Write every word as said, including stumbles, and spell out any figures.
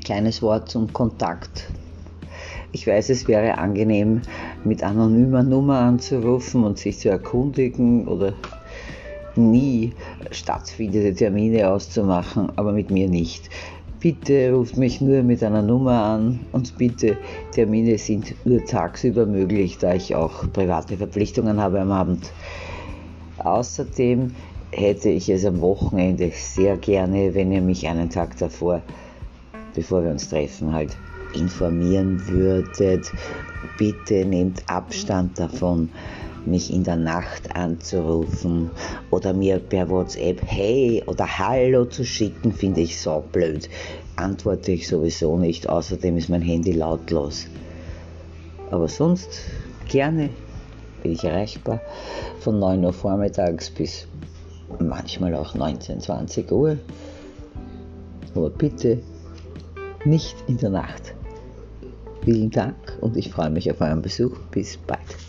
kleines Wort zum Kontakt. Ich weiß, es wäre angenehm, mit anonymer Nummer anzurufen und sich zu erkundigen oder nie stattfindende Termine auszumachen, aber mit mir nicht. Bitte ruft mich nur mit einer Nummer an und bitte, Termine sind nur tagsüber möglich, da ich auch private Verpflichtungen habe am Abend. Außerdem hätte ich es am Wochenende sehr gerne, wenn ihr mich einen Tag davor, bevor wir uns treffen, halt informieren würdet. Bitte nehmt Abstand davon, mich in der Nacht anzurufen oder mir per WhatsApp Hey oder Hallo zu schicken, finde ich so blöd. Antworte ich sowieso nicht, außerdem ist mein Handy lautlos. Aber sonst gerne bin ich erreichbar von neun Uhr vormittags bis manchmal auch neunzehn, zwanzig Uhr. Aber bitte nicht in der Nacht. Vielen Dank und ich freue mich auf euren Besuch. Bis bald.